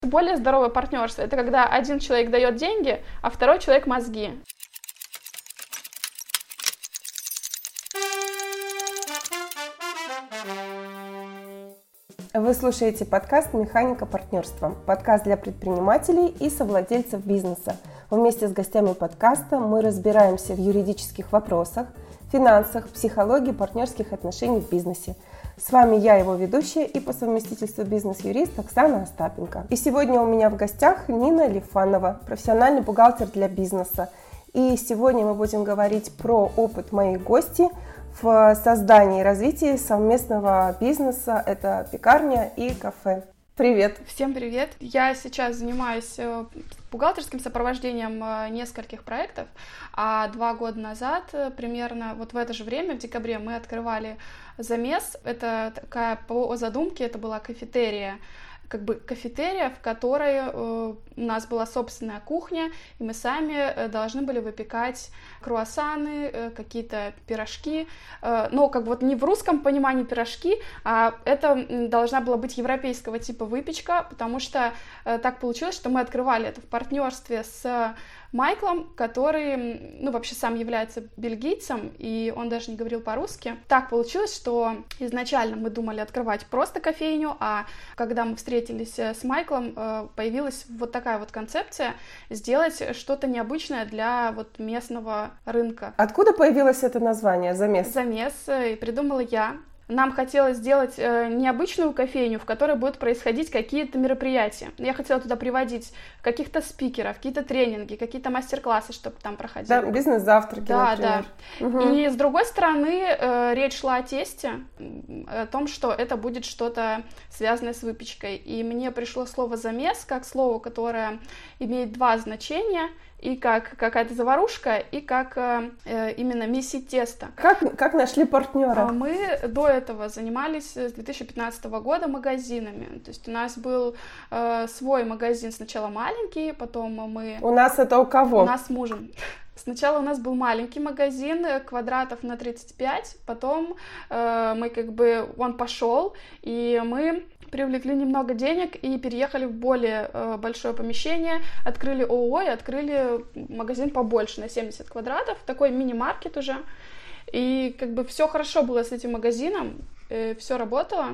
Более здоровое партнерство — это когда один человек дает деньги, а второй человек мозги. Вы слушаете подкаст «Механика партнерства». Подкаст для предпринимателей и совладельцев бизнеса. Вместе с гостями подкаста мы разбираемся в юридических вопросах, финансах, психологии партнерских отношений в бизнесе. С вами я, его ведущая и по совместительству бизнес-юрист Оксана Остапенко. И сегодня у меня в гостях Нина Лифанова, профессиональный бухгалтер для бизнеса. И сегодня мы будем говорить про опыт моей гости в создании и развитии совместного бизнеса. Это пекарня и кафе. Привет! Всем привет! Я сейчас занимаюсь бухгалтерским сопровождением нескольких проектов, а 2 года назад примерно вот в это же время, в декабре, мы открывали замес. Это такая, по задумке, это была кафетерия, в которой у нас была собственная кухня, и мы сами должны были выпекать круассаны, какие-то пирожки, но не в русском понимании пирожки, а это должна была быть европейского типа выпечка, потому что так получилось, что мы открывали это в партнерстве с Майклом, который, вообще сам является бельгийцем, и он даже не говорил по-русски. Так получилось, что изначально мы думали открывать просто кофейню, а когда мы встретились с Майклом, появилась вот такая вот концепция сделать что-то необычное для вот местного рынка. Откуда появилось это название «Замес»? «Замес» и придумала я. Нам хотелось сделать необычную кофейню, в которой будут происходить какие-то мероприятия. Я хотела туда приводить каких-то спикеров, какие-то тренинги, какие-то мастер-классы, чтобы там проходили. Да, бизнес-завтраки, например. Да. Угу. И с другой стороны, речь шла о тесте, о том, что это будет что-то связанное с выпечкой. И мне пришло слово «замес» как слово, которое имеет 2 значения. И как какая-то заварушка, и как именно месить тесто. Как нашли партнера? Мы до этого занимались с 2015 года магазинами. То есть у нас был свой магазин, сначала маленький, потом мы... У нас это у кого? У нас с мужем. Сначала у нас был маленький магазин, квадратов на 35, потом он пошел, и мы привлекли немного денег и переехали в более большое помещение, открыли ООО и открыли магазин побольше, на 70 квадратов, такой мини-маркет уже. И все хорошо было с этим магазином, все работало,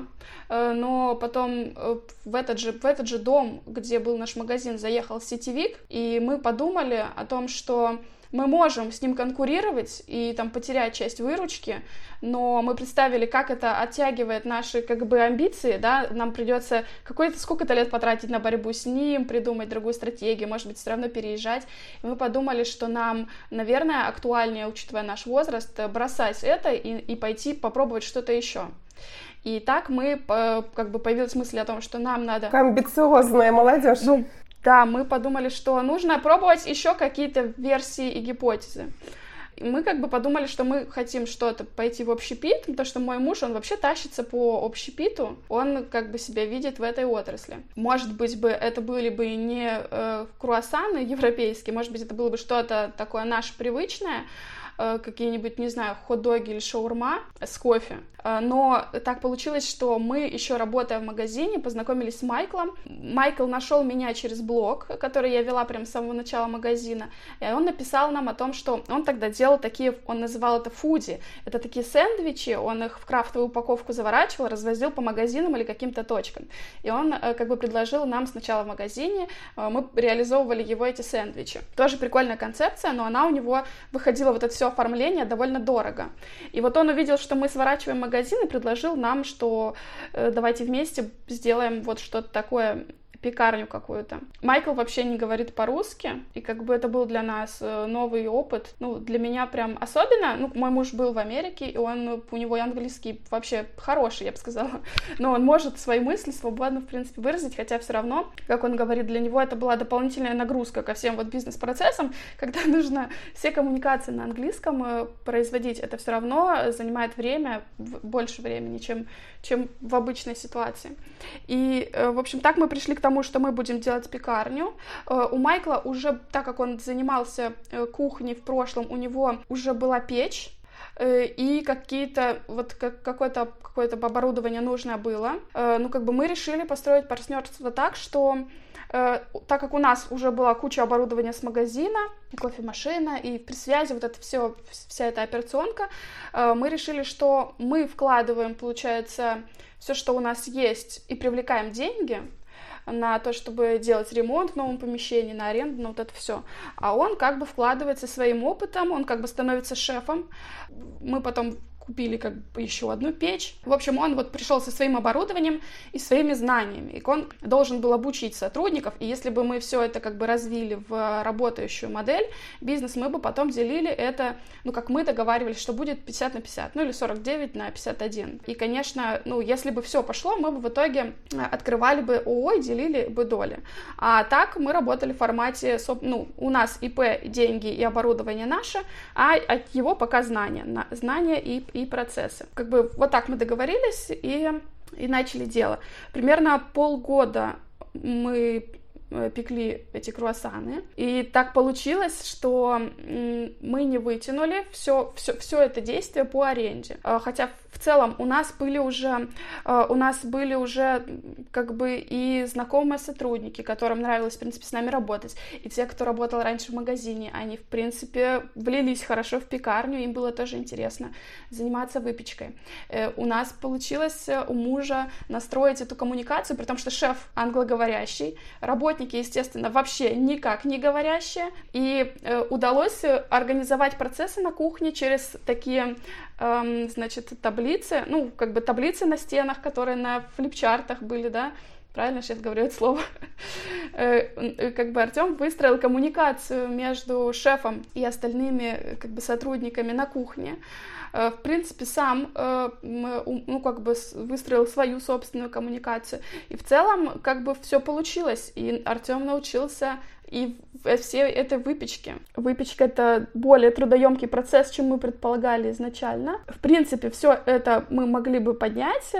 но потом в этот же дом, где был наш магазин, заехал сетевик, и мы подумали о том, что мы можем с ним конкурировать и потерять часть выручки, но мы представили, как это оттягивает наши амбиции, да, нам придется сколько-то лет потратить на борьбу с ним, придумать другую стратегию, может быть, все равно переезжать. И мы подумали, что нам, наверное, актуальнее, учитывая наш возраст, бросать это и пойти попробовать что-то еще. И так мы, появилась мысль о том, что нам надо... Амбициозная молодежь. Да, мы подумали, что нужно пробовать еще какие-то версии и гипотезы. И мы подумали, что мы хотим что-то пойти в общепит, потому что мой муж, он вообще тащится по общепиту, он себя видит в этой отрасли. Может быть, это были бы не круассаны европейские, может быть, это было бы что-то такое наше привычное, какие-нибудь, не знаю, хот-доги или шаурма с кофе. Но так получилось, что мы, еще работая в магазине, познакомились с Майклом. Майкл нашел меня через блог, который я вела прямо с самого начала магазина. И он написал нам о том, что он тогда делал он называл это фуди. Это такие сэндвичи, он их в крафтовую упаковку заворачивал, развозил по магазинам или каким-то точкам. И он предложил нам сначала в магазине, мы реализовывали эти сэндвичи. Тоже прикольная концепция, но она у него выходила, это все оформление, довольно дорого. И он увидел, что мы сворачиваем магазин, и предложил нам, что давайте вместе сделаем что-то такое, пекарню какую-то. Майкл вообще не говорит по-русски, и это был для нас новый опыт. Для меня прям особенно, мой муж был в Америке, и у него и английский вообще хороший, я бы сказала, но он может свои мысли свободно, в принципе, выразить, хотя все равно, как он говорит, для него это была дополнительная нагрузка ко всем бизнес-процессам, когда нужно все коммуникации на английском производить, это все равно занимает время, больше времени, чем в обычной ситуации. И, в общем, так мы пришли к тому, что мы будем делать пекарню. У Майкла уже, так как он занимался кухней в прошлом, у него уже была печь, и какое-то оборудование нужно было. Мы решили построить партнерство так, что так как у нас уже была куча оборудования с магазина, и кофемашина, и при связи вот это все, вся эта операционка, мы решили, что мы вкладываем, получается, все, что у нас есть, и привлекаем деньги на то, чтобы делать ремонт в новом помещении, на аренду, на вот это все. А он как бы вкладывается своим опытом, он как бы становится шефом. Мы потом купили как бы еще одну печь. В общем, он вот пришел со своим оборудованием и своими знаниями. И он должен был обучить сотрудников. И если бы мы все это как бы развили в работающую модель, бизнес, мы бы потом делили это, ну, как мы договаривались, что будет 50/50, ну, или 49/51. И, конечно, ну, если бы все пошло, мы бы в итоге открывали бы ООО и делили бы доли. А так мы работали в формате, ну, у нас ИП, деньги и оборудование наше, а от его пока знания и процессы. Как бы вот так мы договорились и начали дело. Примерно полгода мы пекли эти круассаны. И так получилось, что мы не вытянули все это действие по аренде. Хотя в целом у нас были уже как бы и знакомые сотрудники, которым нравилось, в принципе, с нами работать. И те, кто работал раньше в магазине, они, в принципе, влились хорошо в пекарню, им было тоже интересно заниматься выпечкой. У нас получилось у мужа настроить эту коммуникацию, при том, что шеф англоговорящий, работники, естественно, вообще никак не говорящие, и удалось организовать процессы на кухне через такие, значит, таблицы, ну, как бы таблицы на стенах, которые на флипчартах были, да, правильно сейчас говорю это слово, как бы Артем выстроил коммуникацию между шефом и остальными как бы сотрудниками на кухне. В принципе, сам, ну, как бы выстроил свою собственную коммуникацию. И в целом, как бы все получилось. И Артем научился и всей этой выпечке. Выпечка — это более трудоемкий процесс, чем мы предполагали изначально. В принципе, все это мы могли бы поднять,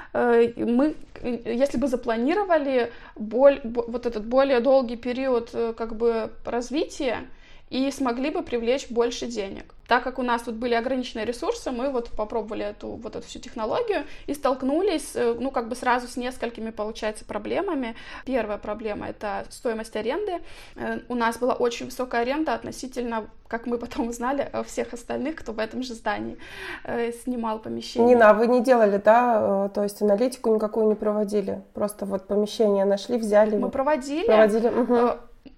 мы, если бы запланировали вот этот более долгий период как бы развития и смогли бы привлечь больше денег. Так как у нас тут были ограниченные ресурсы, мы вот попробовали эту всю технологию и столкнулись, ну, как бы сразу с несколькими, получается, проблемами. Первая проблема — это стоимость аренды. У нас была очень высокая аренда относительно, как мы потом узнали, всех остальных, кто в этом же здании снимал помещение. Нина, а вы не делали, да, то есть аналитику никакую не проводили? Просто вот помещение нашли, взяли? Мы проводили. Угу.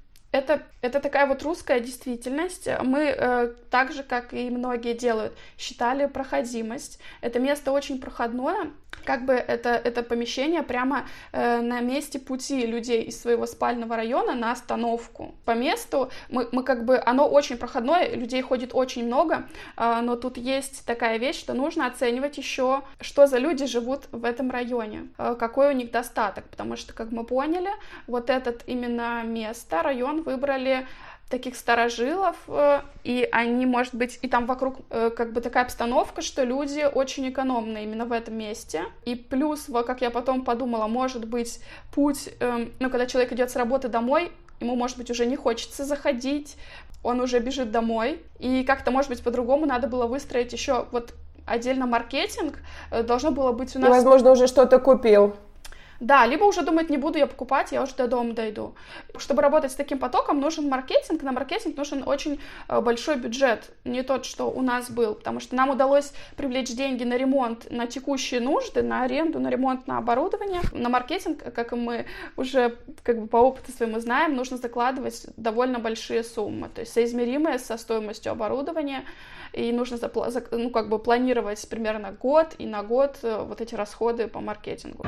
Это такая вот русская действительность. Мы, так же, как и многие делают, считали проходимость. Это место очень проходное. Как бы это помещение прямо на месте пути людей из своего спального района на остановку. По месту мы как бы, оно очень проходное, людей ходит очень много, но тут есть такая вещь, что нужно оценивать еще, что за люди живут в этом районе, какой у них достаток, потому что, как мы поняли, вот этот именно место, район выбрали таких старожилов, и они, может быть, и там вокруг как бы такая обстановка, что люди очень экономные именно в этом месте. И плюс, как я потом подумала, может быть, путь, ну, когда человек идет с работы домой, ему, может быть, уже не хочется заходить, он уже бежит домой, и как-то, может быть, по-другому надо было выстроить еще вот отдельно маркетинг, должно было быть у нас... И, возможно, уже что-то купил. Да, либо уже думать, не буду я покупать, я уже до дома дойду. Чтобы работать с таким потоком, нужен маркетинг. На маркетинг нужен очень большой бюджет, не тот, что у нас был, потому что нам удалось привлечь деньги на ремонт, на текущие нужды, на аренду, на ремонт, на оборудование. На маркетинг, как и мы уже как бы по опыту своему знаем, нужно закладывать довольно большие суммы, то есть соизмеримые со стоимостью оборудования, и нужно ну, как бы планировать примерно год, и на год вот эти расходы по маркетингу.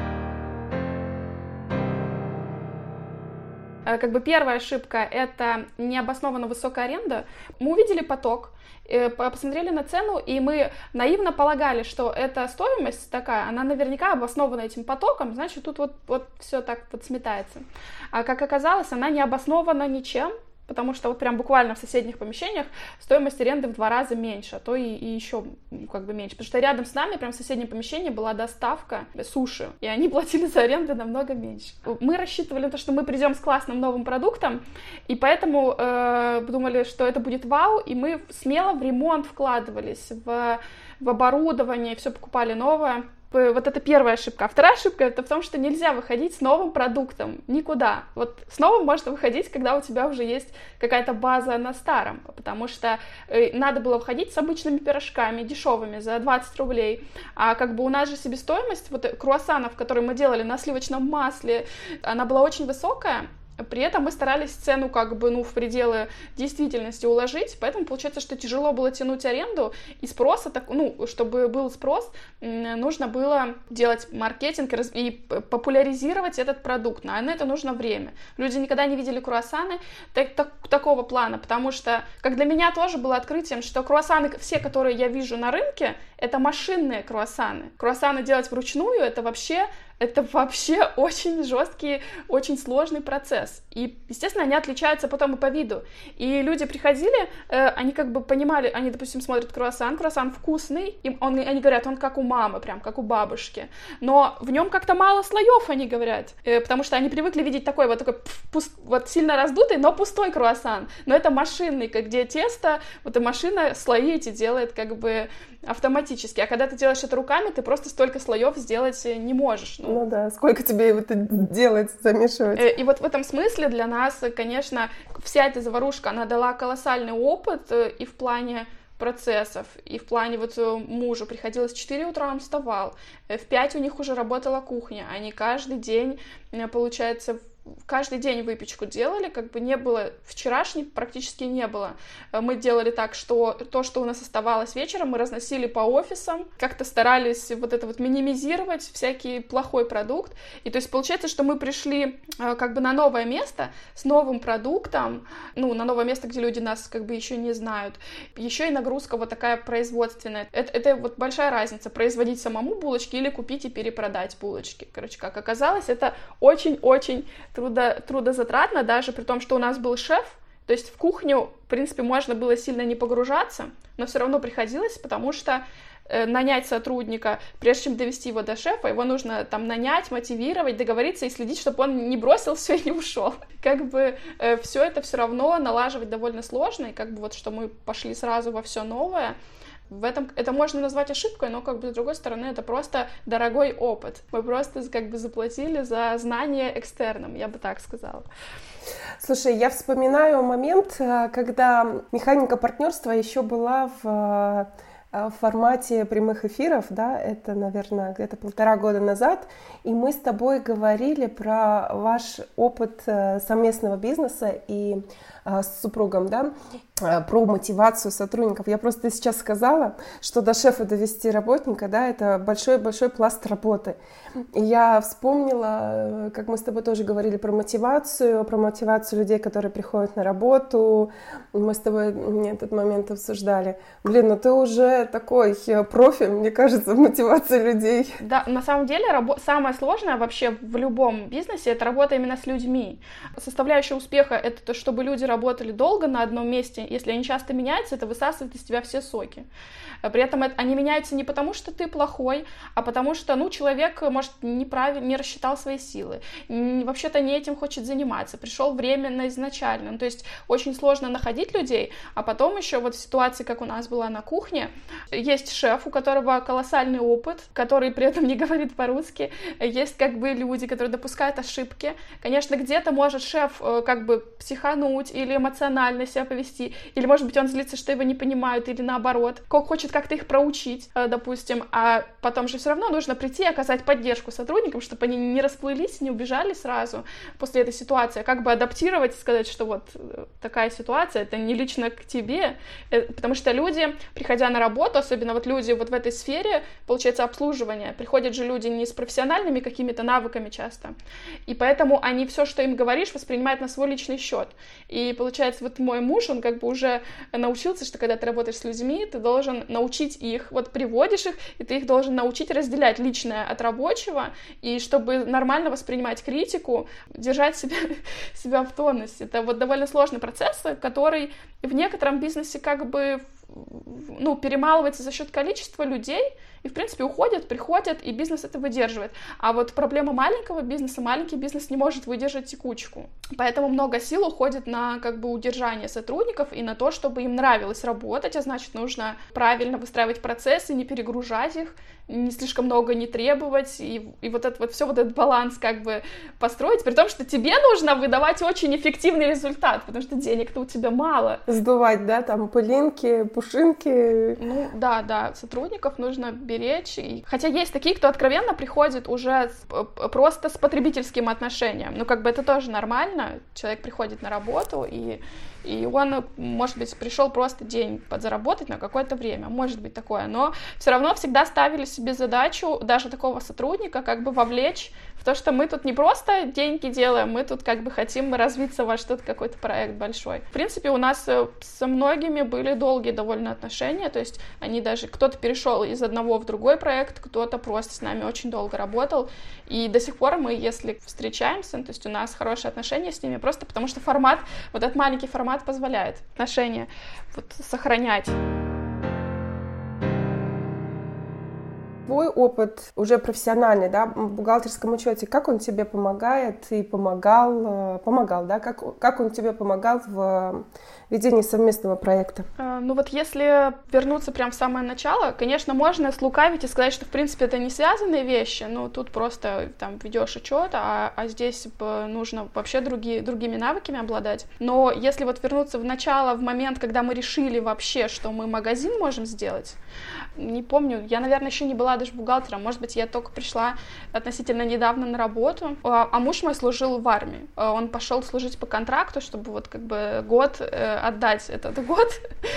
Как бы первая ошибка — это необоснованно высокая аренда. Мы увидели поток, посмотрели на цену, и мы наивно полагали, что эта стоимость такая, она наверняка обоснована этим потоком, значит, тут вот все так вот сметается. А как оказалось, она не обоснована ничем, потому что вот прям буквально в соседних помещениях стоимость аренды в 2 раза меньше, а то и еще как бы меньше. Потому что рядом с нами, прям в соседнем помещении, была доставка суши, и они платили за аренду намного меньше. Мы рассчитывали на то, что мы придем с классным новым продуктом, и поэтому думали, что это будет вау, и мы смело в ремонт вкладывались, в оборудование, все покупали новое. Вот это первая ошибка. А вторая ошибка — это в том, что нельзя выходить с новым продуктом никуда. Вот с новым можно выходить, когда у тебя уже есть какая-то база на старом, потому что надо было выходить с обычными пирожками, дешевыми, за 20 рублей. А как бы у нас же себестоимость вот круассанов, которые мы делали на сливочном масле, она была очень высокая. При этом мы старались цену как бы, в пределы действительности уложить, поэтому получается, что тяжело было тянуть аренду, и спроса, чтобы был спрос, нужно было делать маркетинг и популяризировать этот продукт, а на это нужно время. Люди никогда не видели круассаны такого плана, потому что, как для меня тоже было открытием, что круассаны, все, которые я вижу на рынке, это машинные круассаны. Круассаны делать вручную, это вообще очень жесткий, очень сложный процесс. И, естественно, они отличаются потом и по виду. И люди приходили, они как бы понимали, они, допустим, смотрят круассан вкусный, они говорят, он как у мамы, прям как у бабушки. Но в нем как-то мало слоев, они говорят, потому что они привыкли видеть такой сильно раздутый, но пустой круассан. Но это машинный, где тесто, вот и машина слои эти делает как бы автоматически. А когда ты делаешь это руками, ты просто столько слоев сделать не можешь. Ну да, сколько тебе это делать, замешивать. И вот в этом смысле для нас, конечно, вся эта заварушка, она дала колоссальный опыт и в плане процессов, и в плане мужу приходилось в 4 утра, он вставал, в 5 у них уже работала кухня, они каждый день, получается, каждый день выпечку делали, как бы не было, вчерашней практически не было. Мы делали так, что то, что у нас оставалось вечером, мы разносили по офисам, как-то старались минимизировать всякий плохой продукт. И то есть получается, что мы пришли как бы на новое место с новым продуктом, на новое место, где люди нас как бы еще не знают. Еще и нагрузка вот такая производственная. Это вот большая разница, производить самому булочки или купить и перепродать булочки. Короче, как оказалось, это очень-очень трудозатратно, даже при том, что у нас был шеф, то есть в кухню, в принципе, можно было сильно не погружаться, но все равно приходилось, потому что нанять сотрудника, прежде чем довести его до шефа, его нужно там нанять, мотивировать, договориться и следить, чтобы он не бросил все и не ушел. Как бы все это все равно налаживать довольно сложно, и как бы что мы пошли сразу во все новое, это можно назвать ошибкой, но как бы с другой стороны это просто дорогой опыт. Мы просто как бы заплатили за знания экстерном, я бы так сказала. Слушай, я вспоминаю момент, когда механика партнерства еще была в формате прямых эфиров, да, это, наверное, где-то 1,5 года назад, и мы с тобой говорили про ваш опыт совместного бизнеса и с супругом, да, про мотивацию сотрудников. Я просто сейчас сказала, что до шефа довести работника, да, это большой-большой пласт работы. И я вспомнила, как мы с тобой тоже говорили про мотивацию людей, которые приходят на работу. Мы с тобой этот момент обсуждали. Ну ты уже такой профи, мне кажется, в мотивации людей. Да, на самом деле самое сложное вообще в любом бизнесе — это работа именно с людьми. Составляющая успеха — это то, чтобы люди работали долго на одном месте. Если они часто меняются, это высасывает из тебя все соки. При этом они меняются не потому, что ты плохой, а потому что, человек, может, неправильно, не рассчитал свои силы. Вообще-то не этим хочет заниматься. Пришел временно изначально. То есть очень сложно находить людей. А потом еще в ситуации, как у нас была на кухне, есть шеф, у которого колоссальный опыт, который при этом не говорит по-русски. Есть как бы люди, которые допускают ошибки. Конечно, где-то может шеф как бы психануть или эмоционально себя повести, или, может быть, он злится, что его не понимают, или наоборот, хочет как-то их проучить, допустим, а потом же все равно нужно прийти и оказать поддержку сотрудникам, чтобы они не расплылись, не убежали сразу после этой ситуации, как бы адаптировать и сказать, что вот такая ситуация, это не лично к тебе, потому что люди, приходя на работу, особенно люди в этой сфере, получается, обслуживание, приходят же люди не с профессиональными какими-то навыками часто, и поэтому они все, что им говоришь, воспринимают на свой личный счет, и получается, мой муж, он как бы уже научился, что когда ты работаешь с людьми, ты должен научить их, приводишь их, и ты их должен научить разделять личное от рабочего, и чтобы нормально воспринимать критику, держать себя в тонусе. Это довольно сложный процесс, который в некотором бизнесе как бы перемалывается за счет количества людей и, в принципе, уходят, приходят, и бизнес это выдерживает. А вот проблема маленького бизнеса, маленький бизнес не может выдержать текучку. Поэтому много сил уходит на как бы удержание сотрудников и на то, чтобы им нравилось работать, а значит, нужно правильно выстраивать процессы, не перегружать их, не слишком много не требовать, и вот это вот все, вот этот баланс как бы построить, при том, что тебе нужно выдавать очень эффективный результат, потому что денег-то у тебя мало. Сдувать, да, там пылинки, пушинки. Ну, да, сотрудников нужно беречь, хотя есть такие, кто откровенно приходит уже просто с потребительским отношением, ну, как бы это тоже нормально, человек приходит на работу, и он, может быть, пришел просто день подзаработать на какое-то время, может быть такое, но все равно всегда ставили себе задачу даже такого сотрудника как бы вовлечь в то, что мы тут не просто деньги делаем, мы тут как бы хотим развиться во что-то, какой-то проект большой. В принципе, у нас со многими были долгие довольно отношения, то есть они даже, кто-то перешел из одного в другой проект, кто-то просто с нами очень долго работал, и до сих пор мы, если встречаемся, то есть у нас хорошие отношения с ними, просто потому что формат, вот этот маленький формат позволяет отношения вот сохранять. Твой опыт уже профессиональный, да, в бухгалтерском учете, как он тебе помогает и помогал, да, как он тебе помогал в ведении совместного проекта? Ну вот если вернуться прямо в самое начало, конечно, можно слукавить и сказать, что в принципе это не связанные вещи, но тут просто там ведешь учет, а здесь нужно вообще другими навыками обладать. Но если вот вернуться в начало, в момент, когда мы решили вообще, что мы магазин можем сделать, не помню, я, наверное, еще не была даже бухгалтером, может быть, я только пришла относительно недавно на работу, а муж мой служил в армии, он пошел служить по контракту, чтобы вот как бы год отдать этот год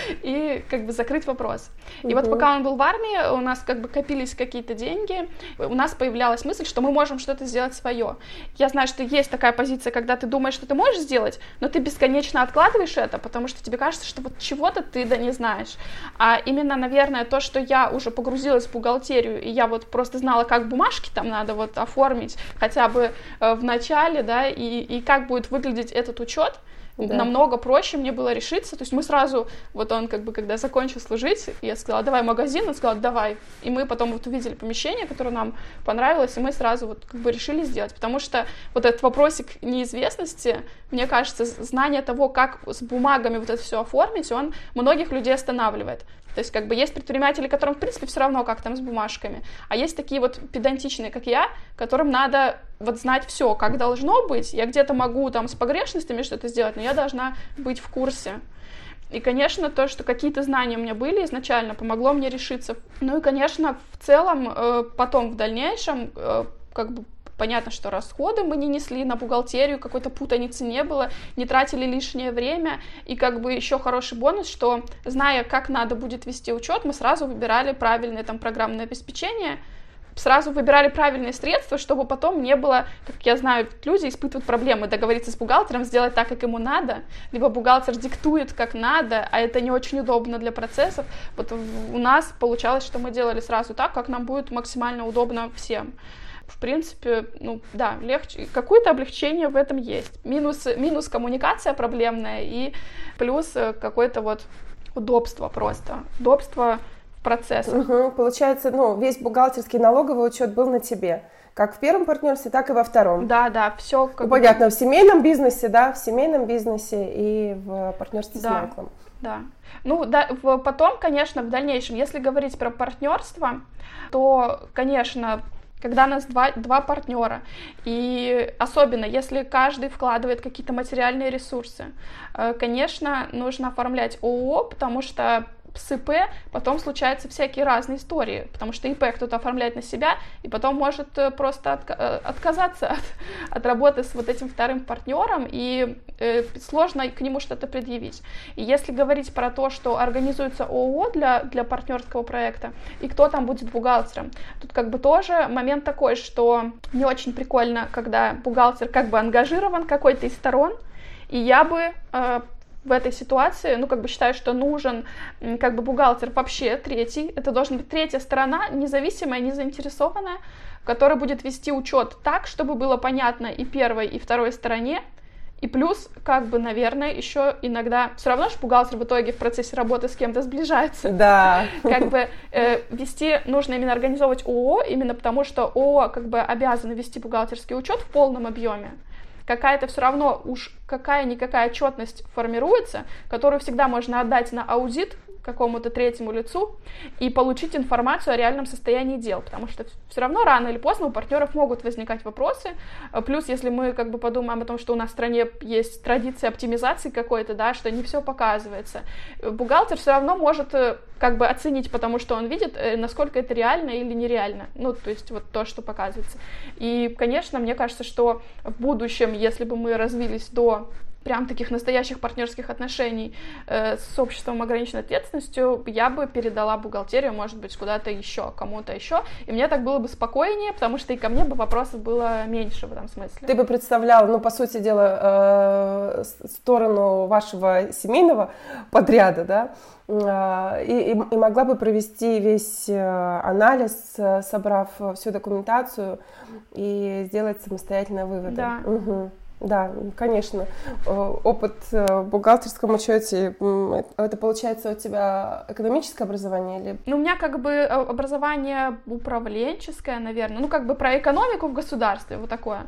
и как бы закрыть вопрос. И вот пока он был в армии, у нас как бы копились какие-то деньги, у нас появлялась мысль, что мы можем что-то сделать свое. Я знаю, что есть такая позиция, когда ты думаешь, что ты можешь сделать, но ты бесконечно откладываешь это, потому что тебе кажется, что вот чего-то ты не знаешь. А именно, наверное, то, что я уже погрузилась в бухгалтерию, и я вот просто знала, как бумажки там надо вот оформить хотя бы в начале, да, и как будет выглядеть этот учет, да. Намного проще мне было решиться, то есть мы сразу, вот он как бы, когда закончил служить, я сказала, давай магазин, он сказал, давай, и мы потом вот увидели помещение, которое нам понравилось, и мы сразу вот как бы решили сделать, потому что вот этот вопросик неизвестности, мне кажется, знание того, как с бумагами вот это все оформить, он многих людей останавливает. То есть как бы есть предприниматели, которым в принципе все равно, как там с бумажками, а есть такие вот педантичные, как я, которым надо вот знать все, как должно быть. Я где-то могу там с погрешностями что-то сделать, но я должна быть в курсе. И, конечно, то, что какие-то знания у меня были изначально, помогло мне решиться. Ну и, конечно, в целом, потом в дальнейшем, как бы понятно, что расходы мы не несли на бухгалтерию, какой-то путаницы не было, не тратили лишнее время. И как бы еще хороший бонус, что, зная, как надо будет вести учет, мы сразу выбирали правильное там программное обеспечение, сразу выбирали правильные средства, чтобы потом не было, как я знаю, люди испытывают проблемы договориться с бухгалтером, сделать так, как ему надо, либо бухгалтер диктует, как надо, а это не очень удобно для процессов. Вот у нас получалось, что мы делали сразу так, как нам будет максимально удобно всем. В принципе, ну да, легче, какое-то облегчение в этом есть. Минус коммуникация проблемная и плюс какое-то вот удобство просто. Удобство в процессах. Получается, весь бухгалтерский налоговый учет был на тебе. Как в первом партнерстве, так и во втором. Да, все как бы... Понятно, в семейном бизнесе, да, в семейном бизнесе и в партнерстве с Майклом. Да. Ну, да, потом, конечно, в дальнейшем, если говорить про партнерство, то, конечно, когда у нас два партнера, и особенно если каждый вкладывает какие-то материальные ресурсы, конечно, нужно оформлять ООО, потому что с ИП потом случаются всякие разные истории, потому что ИП кто-то оформляет на себя, и потом может просто отказаться от работы с вот этим вторым партнером, и сложно к нему что-то предъявить. И если говорить про то, что организуется ООО для партнерского проекта, и кто там будет бухгалтером, тут как бы тоже момент такой, что не очень прикольно, когда бухгалтер как бы ангажирован какой-то из сторон, и я бы... в этой ситуации, считаю, что нужен бухгалтер вообще третий. Это должна быть третья сторона, независимая, не заинтересованная, которая будет вести учет так, чтобы было понятно и первой, и второй стороне, И плюс, как бы, наверное, еще иногда все равно же бухгалтер в итоге в процессе работы с кем-то сближается. Да. Как бы вести нужно именно организовывать ООО, именно потому что ООО как бы обязаны вести бухгалтерский учет в полном объеме. Какая-то все равно уж какая-никакая отчетность формируется, которую всегда можно отдать на аудит какому-то третьему лицу и получить информацию о реальном состоянии дел, потому что все равно рано или поздно у партнеров могут возникать вопросы, плюс если мы как бы подумаем о том, что у нас в стране есть традиция оптимизации какой-то, да, что не все показывается, бухгалтер все равно может как бы оценить, потому что он видит, насколько это реально или нереально, ну, то есть вот то, что показывается. И, конечно, мне кажется, что в будущем, если бы мы развились до прям таких настоящих партнерских отношений с обществом ограниченной ответственностью, я бы передала бухгалтерию, может быть, куда-то еще, кому-то еще, и мне так было бы спокойнее, потому что и ко мне бы вопросов было меньше в этом смысле. Ты бы представляла, ну, по сути дела, сторону вашего семейного подряда, да, и могла бы провести весь анализ, собрав всю документацию и сделать самостоятельные выводы. Да. Угу. Да, конечно. Опыт в бухгалтерском учете, это получается у тебя экономическое образование или? Ну, у меня как бы образование управленческое, наверное, ну, как бы про экономику в государстве, вот такое.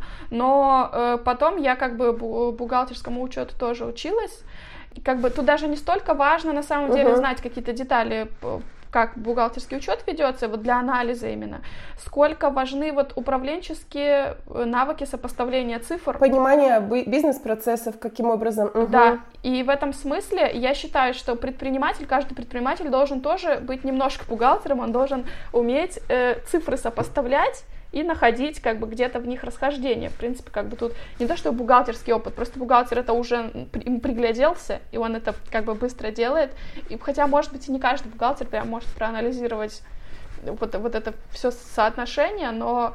Но потом я как бы бухгалтерскому учету тоже училась. И как бы тут даже не столько важно на самом деле знать какие-то детали, как бухгалтерский учет ведется, вот для анализа именно, сколько важны вот управленческие навыки сопоставления цифр. Понимание бизнес-процессов, каким образом. Да, и в этом смысле я считаю, что каждый предприниматель должен тоже быть немножко бухгалтером, он должен уметь цифры сопоставлять и находить как бы где-то в них расхождение. В принципе, как бы тут не то, что бухгалтерский опыт, просто бухгалтер это уже пригляделся, и он это как бы быстро делает. И хотя, может быть, и не каждый бухгалтер прям может проанализировать вот это все соотношение, но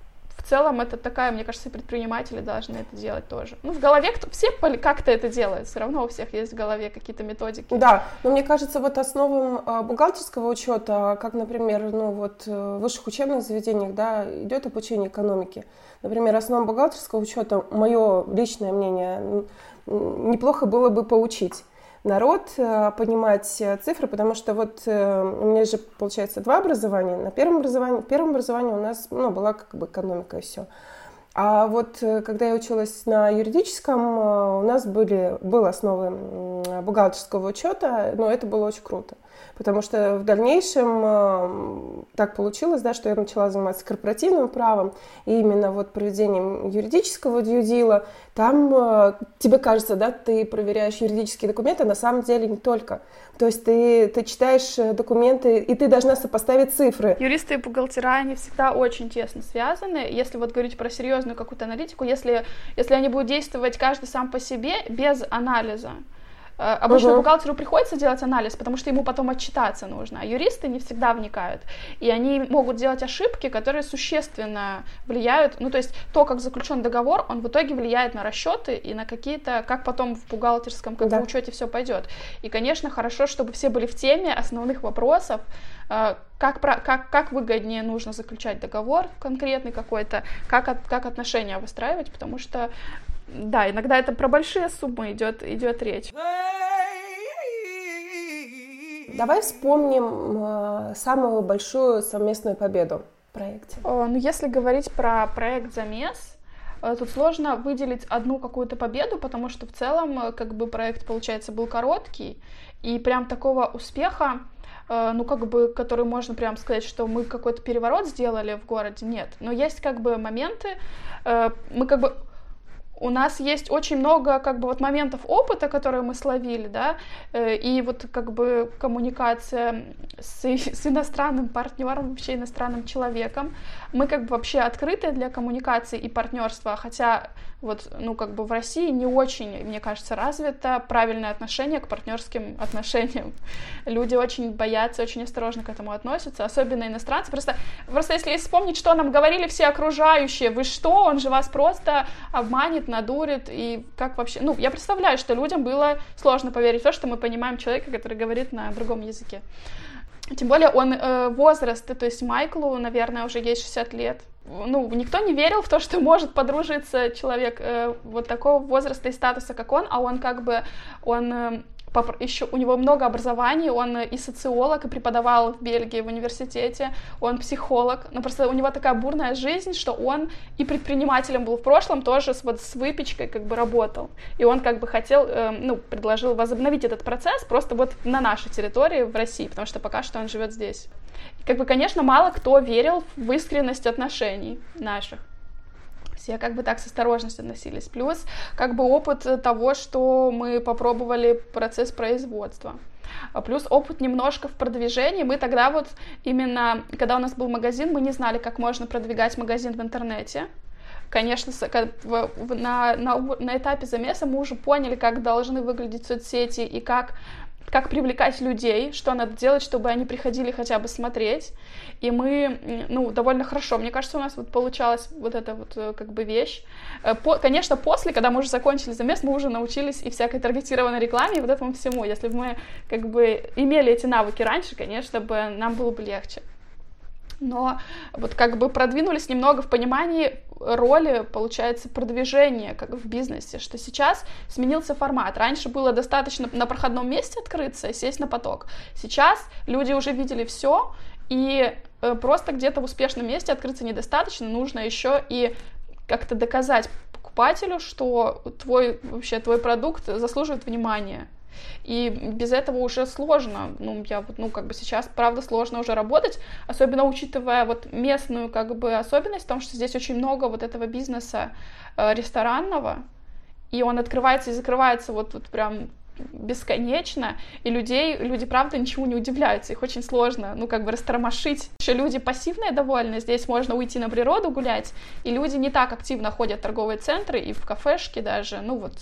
в целом это такая, мне кажется, и предприниматели должны это делать тоже. Ну, в голове все как-то это делают, все равно у всех есть в голове какие-то методики. Да, но мне кажется, вот основам бухгалтерского учета, как, например, ну вот в высших учебных заведениях, да, идет обучение экономике. Например, основам бухгалтерского учета, мое личное мнение, неплохо было бы поучить народ понимать цифры, потому что вот у меня же, получается, два образования. В первом образовании у нас была как бы экономика и все. А вот когда я училась на юридическом, у нас были основы бухгалтерского учета, но это было очень круто. Потому что в дальнейшем так получилось, да, что я начала заниматься корпоративным правом, и именно вот проведением юридического дью-дила, там тебе кажется, да, ты проверяешь юридические документы, а на самом деле не только. То есть ты читаешь документы, и ты должна сопоставить цифры. Юристы и бухгалтера, они всегда очень тесно связаны. Если вот говорить про серьезную какую-то аналитику, если они будут действовать каждый сам по себе, без анализа, обычно бухгалтеру приходится делать анализ, потому что ему потом отчитаться нужно, а юристы не всегда вникают, и они могут делать ошибки, которые существенно влияют, ну то есть то, как заключен договор, он в итоге влияет на расчеты и на какие-то, как потом в бухгалтерском как в учете все пойдет. И, конечно, хорошо, чтобы все были в теме основных вопросов, как выгоднее нужно заключать договор конкретный какой-то, как отношения выстраивать, потому что да, иногда это про большие суммы идет речь. Давай вспомним самую большую совместную победу в проекте. Ну, если говорить про проект «Замес», тут сложно выделить одну какую-то победу, потому что в целом как бы проект, получается, был короткий, и прям такого успеха, ну, как бы, который можно прям сказать, что мы какой-то переворот сделали в городе, нет. Но есть как бы моменты, мы как бы... У нас есть очень много как бы вот моментов опыта, которые мы словили, да, и вот как бы коммуникация с иностранным партнером, вообще иностранным человеком. Мы как бы вообще открыты для коммуникации и партнерства, хотя вот, ну, как бы в России не очень, мне кажется, развито правильное отношение к партнерским отношениям. Люди очень боятся, очень осторожно к этому относятся, особенно иностранцы. Просто если вспомнить, что нам говорили все окружающие, вы что, он же вас просто обманет, надурит, и как вообще... Ну, я представляю, что людям было сложно поверить в то, что мы понимаем человека, который говорит на другом языке. Тем более он возраст, то есть Майклу, наверное, уже есть 60 лет. никто не верил в то, что может подружиться человек вот такого возраста и статуса, как он, а он еще у него много образований, он и социолог, и преподавал в Бельгии в университете, он психолог, но просто у него такая бурная жизнь, что он и предпринимателем был в прошлом, тоже с выпечкой как бы работал, и он как бы хотел, предложил возобновить этот процесс просто вот на нашей территории в России, потому что пока что он живет здесь. И, как бы, конечно, мало кто верил в искренность отношений наших. Все как бы так с осторожностью относились. Плюс как бы опыт того, что мы попробовали процесс производства. Плюс опыт немножко в продвижении. Мы тогда вот именно, когда у нас был магазин, мы не знали, как можно продвигать магазин в интернете. Конечно, на этапе замеса мы уже поняли, как должны выглядеть соцсети и как привлекать людей, что надо делать, чтобы они приходили хотя бы смотреть. И мы, довольно хорошо, мне кажется, у нас вот получалась вот эта вот как бы вещь. Конечно, после, когда мы уже закончили замес, мы уже научились и всякой таргетированной рекламе, и вот этому всему. Если бы мы как бы имели эти навыки раньше, конечно, нам было бы легче. Но вот как бы продвинулись немного в понимании роли, получается, продвижения как в бизнесе, что сейчас сменился формат. Раньше было достаточно на проходном месте открыться и сесть на поток. Сейчас люди уже видели все, и просто где-то в успешном месте открыться недостаточно, нужно еще и как-то доказать покупателю, что твой продукт заслуживает внимания. И без этого уже сложно, сейчас, правда, сложно уже работать, особенно учитывая вот местную, как бы, особенность в том, что здесь очень много вот этого бизнеса ресторанного, и он открывается и закрывается вот прям бесконечно, и люди, правда, ничему не удивляются, их очень сложно, растормошить. Еще люди пассивные довольно, здесь можно уйти на природу гулять, и люди не так активно ходят в торговые центры и в кафешки даже,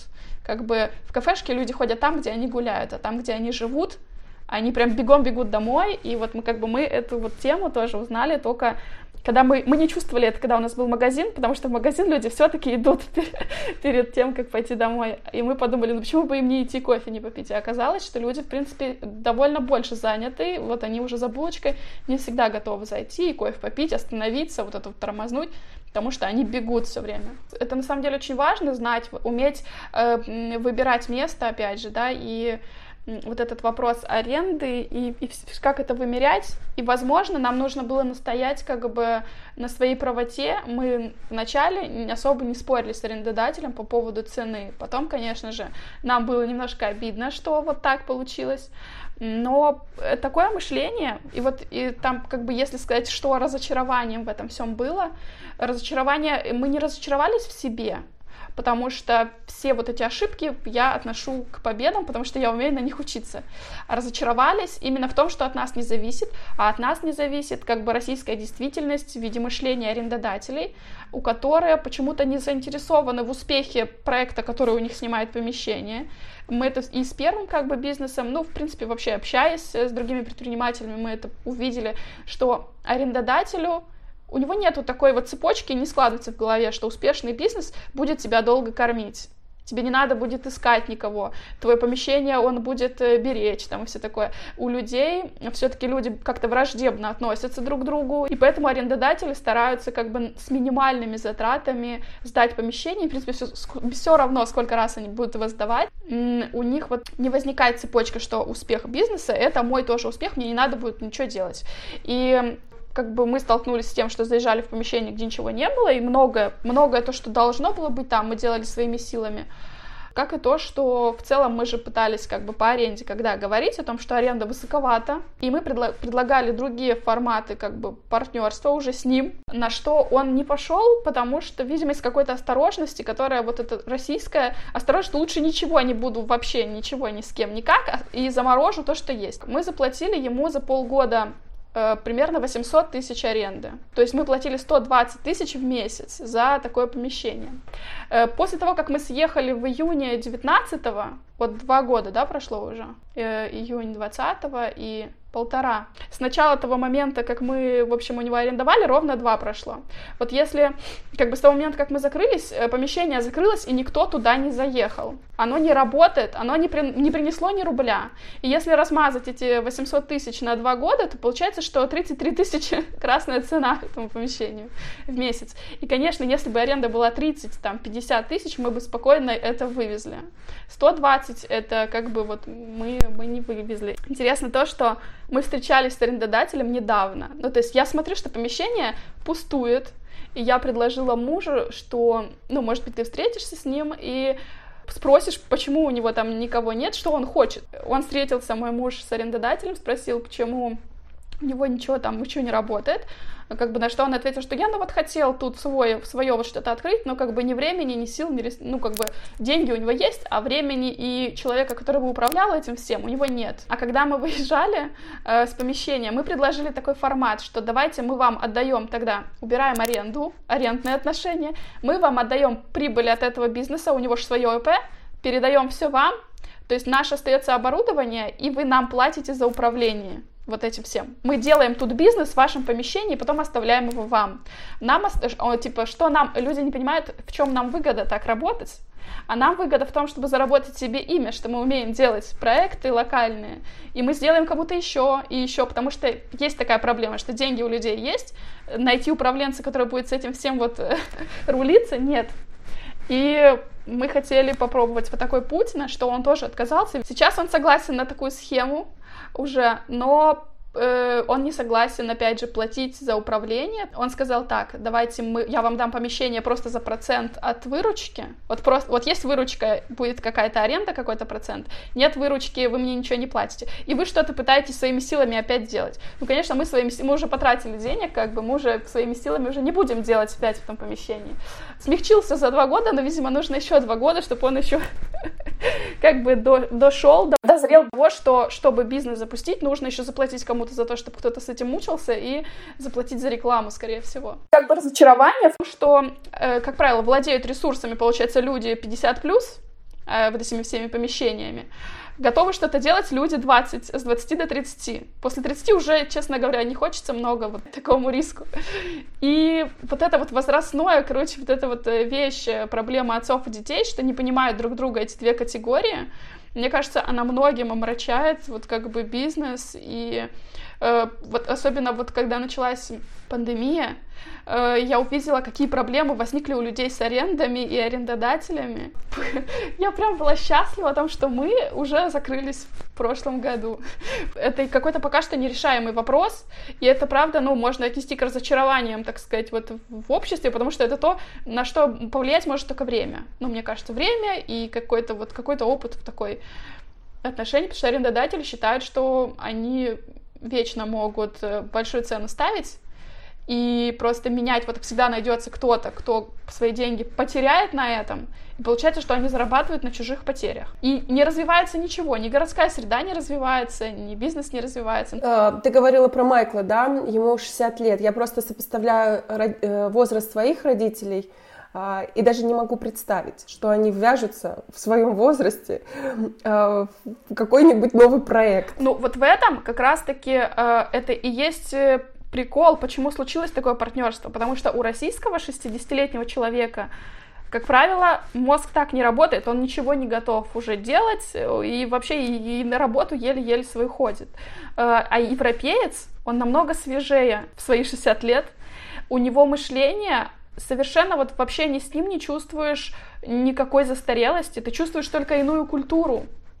в кафешке люди ходят там, где они гуляют, а там, где они живут, они прям бегом бегут домой, и вот мы эту вот тему тоже узнали только когда мы не чувствовали это, когда у нас был магазин, потому что в магазин люди все-таки идут перед тем, как пойти домой. И мы подумали, почему бы им не идти кофе не попить? И оказалось, что люди, в принципе, довольно больше заняты. Вот они уже за булочкой не всегда готовы зайти и кофе попить, остановиться, вот это вот тормознуть, потому что они бегут все время. Это на самом деле очень важно знать, уметь выбирать место, опять же, да, и вот этот вопрос аренды и как это вымерять. И, возможно, нам нужно было настоять как бы на своей правоте. Мы вначале особо не спорили с арендодателем по поводу цены. Потом, конечно же, нам было немножко обидно, что вот так получилось. Но такое мышление, и там, как бы, если сказать, что разочарованием в этом всем было, мы не разочаровались в себе, потому что все вот эти ошибки я отношу к победам, потому что я умею на них учиться. А разочаровались именно в том, что от нас не зависит, а от нас не зависит как бы российская действительность в виде мышления арендодателей, у которых почему-то не заинтересованы в успехе проекта, который у них снимает помещение. Мы это и с первым как бы бизнесом, в принципе, вообще общаясь с другими предпринимателями, мы это увидели, что арендодателю у него нету такой вот цепочки, не складывается в голове, что успешный бизнес будет тебя долго кормить. Тебе не надо будет искать никого. Твое помещение он будет беречь, там и все такое. У людей, все-таки люди как-то враждебно относятся друг к другу, и поэтому арендодатели стараются как бы с минимальными затратами сдать помещение. В принципе, все равно, сколько раз они будут его сдавать. У них вот не возникает цепочка, что успех бизнеса — это мой тоже успех, мне не надо будет ничего делать. И как бы мы столкнулись с тем, что заезжали в помещение, где ничего не было, и многое то, что должно было быть там, мы делали своими силами. Как и то, что в целом мы же пытались как бы по аренде, когда говорить о том, что аренда высоковата, и мы предлагали другие форматы как бы партнерства уже с ним, на что он не пошел, потому что, видимо, из какой-то осторожности, которая вот эта российская осторожность, что лучше ничего не буду вообще, ничего ни с кем никак, и заморожу то, что есть. Мы заплатили ему за полгода примерно 800 тысяч аренды. То есть мы платили 120 тысяч в месяц за такое помещение. После того, как мы съехали в июне 19-го, вот 2 года, да, прошло уже, июнь 20-го и 1.5. С начала того момента, как мы, в общем, у него арендовали, ровно 2 прошло. Вот если, как бы с того момента, как мы закрылись, помещение закрылось, и никто туда не заехал. Оно не работает, оно не принесло ни рубля. И если размазать эти 800 тысяч на 2 года, то получается, что 33 тысячи красная цена этому помещению в месяц. И, конечно, если бы аренда была 30-50 тысяч, мы бы спокойно это вывезли. 120 это как бы вот мы не вывезли. Интересно то, что мы встречались с арендодателем недавно. Ну, то есть я смотрю, что помещение пустует, и я предложила мужу, что, ну, может быть, ты встретишься с ним и спросишь, почему у него там никого нет, что он хочет. Он встретился, мой муж, с арендодателем, спросил, почему у него ничего не работает. Как бы на что он ответил, что я, хотел тут свое вот что-то открыть, но как бы ни времени, ни сил, деньги у него есть, а времени и человека, который бы управлял этим всем, у него нет. А когда мы выезжали с помещения, мы предложили такой формат, что давайте мы вам отдаем тогда, убираем аренду, арендные отношения, мы вам отдаем прибыль от этого бизнеса, у него же свое ИП, передаем все вам, то есть наше остается оборудование, и вы нам платите за управление вот этим всем. Мы делаем тут бизнес в вашем помещении, потом оставляем его вам. Что нам, люди не понимают, в чем нам выгода так работать, а нам выгода в том, чтобы заработать себе имя, что мы умеем делать проекты локальные, и мы сделаем кому-то еще и еще, потому что есть такая проблема, что деньги у людей есть, найти управленца, который будет с этим всем рулиться, нет. И мы хотели попробовать вот такой путь, на что он тоже отказался. Сейчас он согласен на такую схему уже, но он не согласен, опять же, платить за управление. Он сказал так: давайте я вам дам помещение просто за процент от выручки. Вот есть выручка, будет какая-то аренда, какой-то процент. Нет выручки, вы мне ничего не платите. И вы что-то пытаетесь своими силами опять делать. Ну, конечно, мы уже потратили денег, мы уже своими силами уже не будем делать опять в том помещении. Смягчился за 2 года, но, видимо, нужно еще 2 года, чтобы он еще дозрел до того, что, чтобы бизнес запустить, нужно еще заплатить кому-то за то, чтобы кто-то с этим мучился, и заплатить за рекламу, скорее всего. Разочарование в том, что, как правило, владеют ресурсами, получается, люди 50+, вот этими всеми помещениями. Готовы что-то делать люди с 20 до 30. После 30 уже, честно говоря, не хочется много такому риску. И это возрастное, вещь, проблема отцов и детей, что не понимают друг друга эти 2 категории. Мне кажется, она многим омрачает бизнес. И особенно когда началась пандемия, я увидела, какие проблемы возникли у людей с арендами и арендодателями. Я прям была счастлива о том, что мы уже закрылись в прошлом году. Это какой-то пока что нерешаемый вопрос, и это, правда, можно отнести к разочарованиям, так сказать, в обществе, потому что это то, на что повлиять может только время. Мне кажется, время и какой-то опыт в такой отношении, потому что арендодатели считают, что они вечно могут большую цену ставить, и просто менять, всегда найдется кто-то, кто свои деньги потеряет на этом, и получается, что они зарабатывают на чужих потерях. И не развивается ничего, ни городская среда не развивается, ни бизнес не развивается. Ты говорила про Майкла, да? Ему 60 лет. Я просто сопоставляю возраст своих родителей, и даже не могу представить, что они ввяжутся в своем возрасте в какой-нибудь новый проект. В этом как раз-таки это и есть прикол, почему случилось такое партнерство. Потому что у российского 60-летнего человека, как правило, мозг так не работает, он ничего не готов уже делать, и вообще и на работу еле-еле свою ходит. А европеец, он намного свежее в свои 60 лет, у него мышление совершенно в общении с ним не чувствуешь никакой застарелости, ты чувствуешь только иную культуру.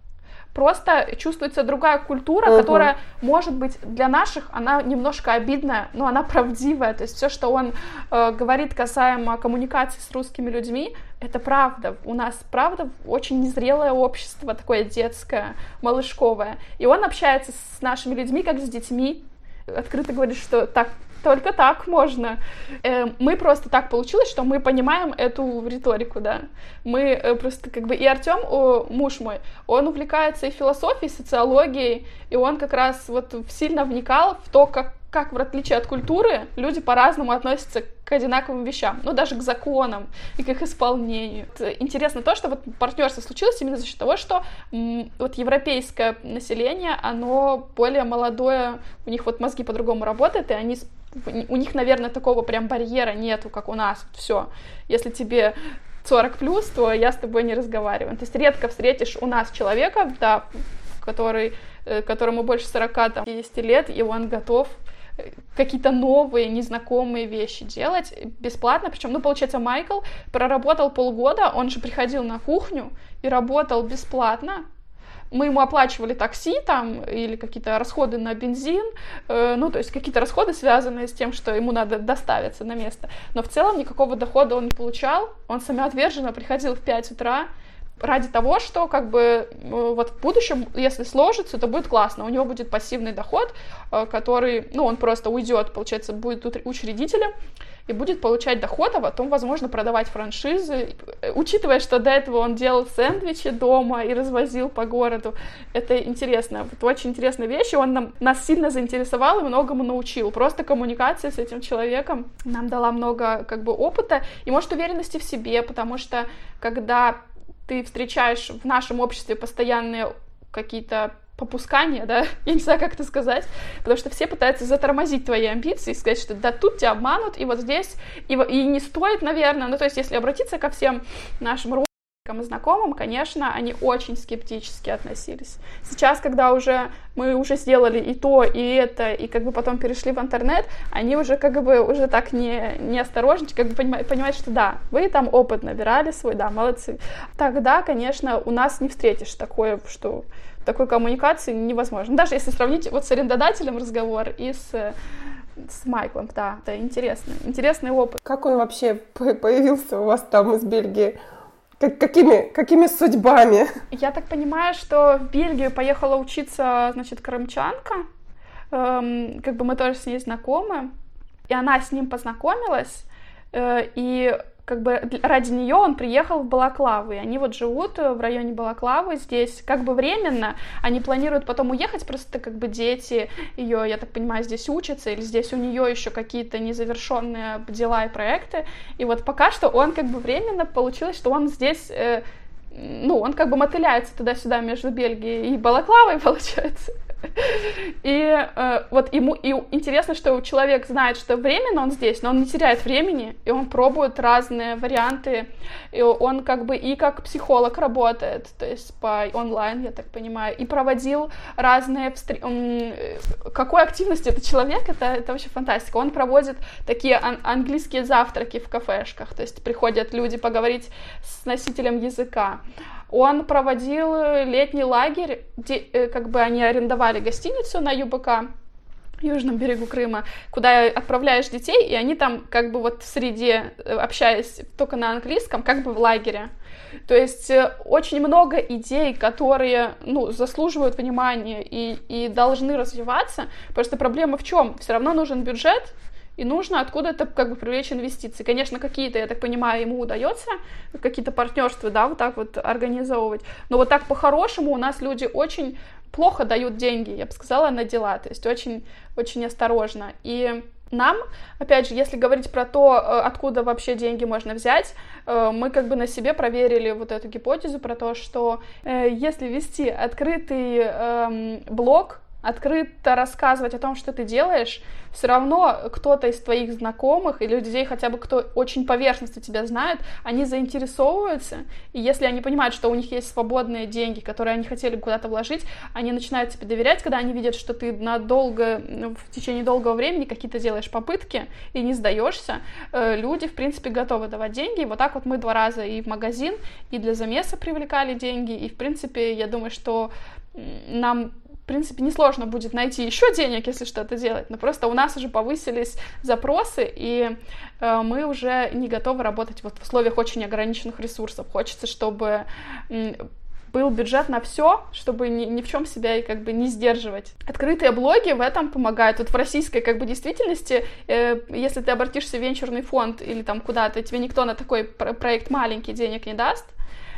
Просто чувствуется другая культура, которая, может быть, для наших, она немножко обидная, но она правдивая. То есть все, что он говорит касаемо коммуникации с русскими людьми, это правда. У нас, правда, очень незрелое общество, такое детское, малышковое. И он общается с нашими людьми, как с детьми. Открыто говорит, что только так можно. Мы просто так получилось, что мы понимаем эту риторику, да. Мы просто и Артём, муж мой, он увлекается и философией, и социологией, и он как раз сильно вникал в то, как в отличие от культуры, люди по-разному относятся к одинаковым вещам, ну, даже к законам и к их исполнению. Интересно то, что вот партнерство случилось именно за счет того, что вот европейское население, оно более молодое, у них вот мозги по-другому работают, и у них, наверное, такого прям барьера нету, как у нас. Все, если тебе 40+, то я с тобой не разговариваю. То есть редко встретишь у нас человека, да, которому больше 40-50 лет, и он готов какие-то новые, незнакомые вещи делать бесплатно. Причем, ну, получается, Майкл проработал полгода, он же приходил на кухню и работал бесплатно. Мы ему оплачивали такси там или какие-то расходы на бензин, ну, то есть какие-то расходы, связанные с тем, что ему надо доставиться на место. Но в целом никакого дохода он не получал, он самоотверженно приходил в 5 утра, ради того, что как бы вот в будущем, если сложится, то будет классно. У него будет пассивный доход, который, ну, он просто уйдет, получается, будет учредителем и будет получать доход, а потом, возможно, продавать франшизы. Учитывая, что до этого он делал сэндвичи дома и развозил по городу, это интересно. Это очень интересная вещь, и он нас сильно заинтересовал и многому научил. Просто коммуникация с этим человеком нам дала много как бы опыта и, может, уверенности в себе, потому что когда ты встречаешь в нашем обществе постоянные какие-то попускания, да, я не знаю, как это сказать, потому что все пытаются затормозить твои амбиции и сказать, что да, тут тебя обманут, и вот здесь, и не стоит, наверное, ну, то есть, если обратиться ко всем нашим родственникам и знакомым, конечно, они очень скептически относились. Сейчас, когда мы уже сделали и то, и это, и как бы потом перешли в интернет, они уже как бы уже так не осторожничают, как бы понимают, что да, вы там опыт набирали свой, да, молодцы. Тогда, конечно, у нас не встретишь такое, что такой коммуникации невозможно. Даже если сравнить вот с арендодателем разговор и с Майклом, да, это интересный опыт. Как он вообще появился у вас там из Бельгии? Какими судьбами? Я так понимаю, что в Бельгию поехала учиться, значит, крымчанка. Как бы мы тоже с ней знакомы. И она с ним познакомилась. И как бы ради нее он приехал в Балаклаву. И они вот живут в районе Балаклавы здесь как бы временно. Они планируют потом уехать, просто как бы дети ее, я так понимаю, здесь учатся, или здесь у нее еще какие-то незавершенные дела и проекты. И вот пока что он как бы временно получилось, что он здесь, ну, он как бы мотыляется туда-сюда между Бельгией и Балаклавой, получается. И вот ему и интересно, что человек знает, что временно он здесь, но он не теряет времени, и он пробует разные варианты, и он как бы и как психолог работает, то есть по онлайн, я так понимаю, и проводил разные какой активности этот человек, это вообще фантастика. Он проводит такие английские завтраки в кафешках, то есть приходят люди поговорить с носителем языка. Он проводил летний лагерь, где как бы они арендовали гостиницу на ЮБК, Южном берегу Крыма, куда отправляешь детей, и они там как бы вот в среде, общаясь только на английском, как бы в лагере. То есть очень много идей, которые, ну, заслуживают внимания и должны развиваться, потому что проблема в чем? Все равно нужен бюджет, и нужно откуда-то как бы привлечь инвестиции. Конечно, какие-то, я так понимаю, ему удается, какие-то партнерства, да, вот так вот организовывать. Но вот так по-хорошему у нас люди очень плохо дают деньги, я бы сказала, на дела. То есть очень, очень осторожно. И нам, опять же, если говорить про то, откуда вообще деньги можно взять, мы как бы на себе проверили вот эту гипотезу про то, что если вести открытый блог, открыто рассказывать о том, что ты делаешь, все равно кто-то из твоих знакомых или людей, хотя бы кто очень поверхностно тебя знает, они заинтересовываются, и если они понимают, что у них есть свободные деньги, которые они хотели бы куда-то вложить, они начинают тебе доверять, когда они видят, что ты в течение долгого времени какие-то делаешь попытки и не сдаешься, люди, в принципе, готовы давать деньги. И вот так вот мы 2 раза и в магазин, и для замеса привлекали деньги, и, в принципе, я думаю, что нам в принципе, несложно будет найти еще денег, если что-то делать, но просто у нас уже повысились запросы, и мы уже не готовы работать вот в условиях очень ограниченных ресурсов. Хочется, чтобы был бюджет на все, чтобы ни в чем себя как бы не сдерживать. Открытые блоги в этом помогают. Вот в российской как бы действительности, если ты обратишься в венчурный фонд или там куда-то, тебе никто на такой проект маленький денег не даст.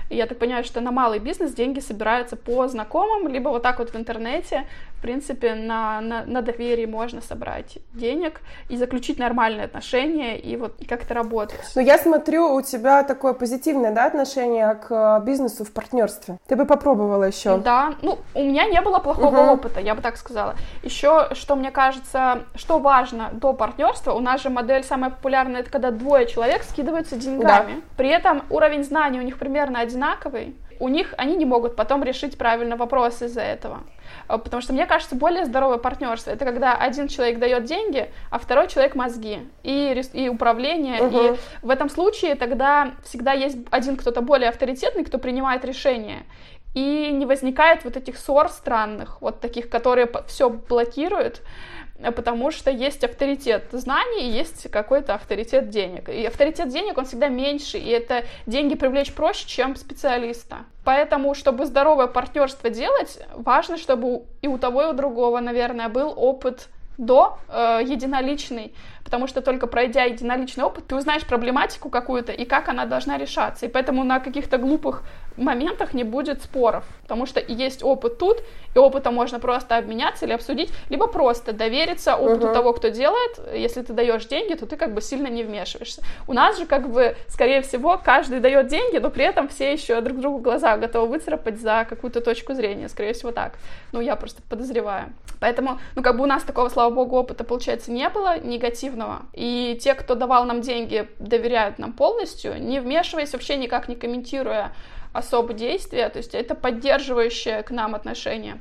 И я так понимаю, что на малый бизнес деньги собираются по знакомым, либо вот так вот в интернете. В принципе, на доверии можно собрать денег и заключить нормальные отношения, и вот как-то работать. Но я смотрю, у тебя такое позитивное, да, отношение к бизнесу в партнерстве. Ты бы попробовала еще? Да, ну, у меня не было плохого опыта, я бы так сказала. Еще, что мне кажется, что важно до партнерства, у нас же модель самая популярная, это когда двое человек скидываются деньгами. Да. При этом уровень знаний у них примерно одинаковый. Они не могут потом решить правильно вопрос из-за этого. Потому что, мне кажется, более здоровое партнерство — это когда один человек дает деньги, а второй человек мозги и управление. И в этом случае тогда всегда есть один кто-то более авторитетный, кто принимает решения. И не возникает вот этих ссор странных, вот таких, которые все блокируют, потому что есть авторитет знаний и есть какой-то авторитет денег. И авторитет денег, он всегда меньше, и это деньги привлечь проще, чем специалиста. Поэтому, чтобы здоровое партнерство делать, важно, чтобы и у того, и у другого, наверное, был опыт до единоличный, потому что только пройдя единоличный опыт, ты узнаешь проблематику какую-то и как она должна решаться. И поэтому на каких-то глупых моментах не будет споров, потому что есть опыт тут, и опытом можно просто обменяться или обсудить, либо просто довериться опыту того, кто делает. Если ты даешь деньги, то ты как бы сильно не вмешиваешься. У нас же как бы, скорее всего, каждый дает деньги, но при этом все еще друг другу глаза готовы выцарапать за какую-то точку зрения, скорее всего так. Ну, я просто подозреваю. Поэтому, ну, как бы у нас такого, слава богу, опыта, получается, не было негативного. И те, кто давал нам деньги, доверяют нам полностью, не вмешиваясь, вообще никак не комментируя особо действия. То есть это поддерживающее к нам отношение.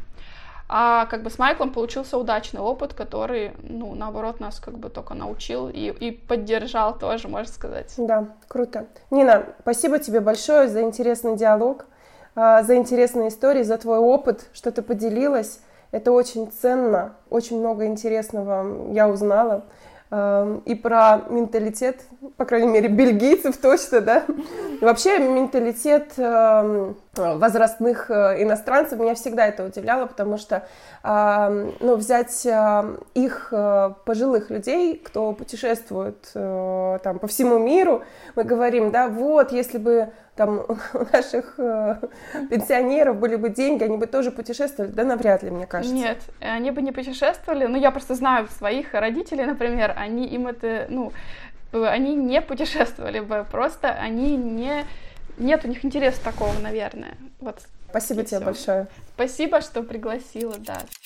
А как бы с Майклом получился удачный опыт, который, ну, наоборот, нас как бы только научил и поддержал тоже, можно сказать. Да, круто. Нина, спасибо тебе большое за интересный диалог, за интересные истории, за твой опыт, что ты поделилась. Это очень ценно, очень много интересного я узнала. И про менталитет, по крайней мере, бельгийцев точно, да. И вообще менталитет возрастных иностранцев меня всегда это удивляло, потому что, ну, взять их пожилых людей, кто путешествует там по всему миру, мы говорим, да, вот, если бы там у наших пенсионеров были бы деньги, они бы тоже путешествовали, да, навряд ли, мне кажется. Нет, они бы не путешествовали, но я просто знаю своих родителей, например, они не путешествовали бы, просто нет у них интереса такого, наверное. Вот. Спасибо тебе большое. Спасибо, что пригласила, да.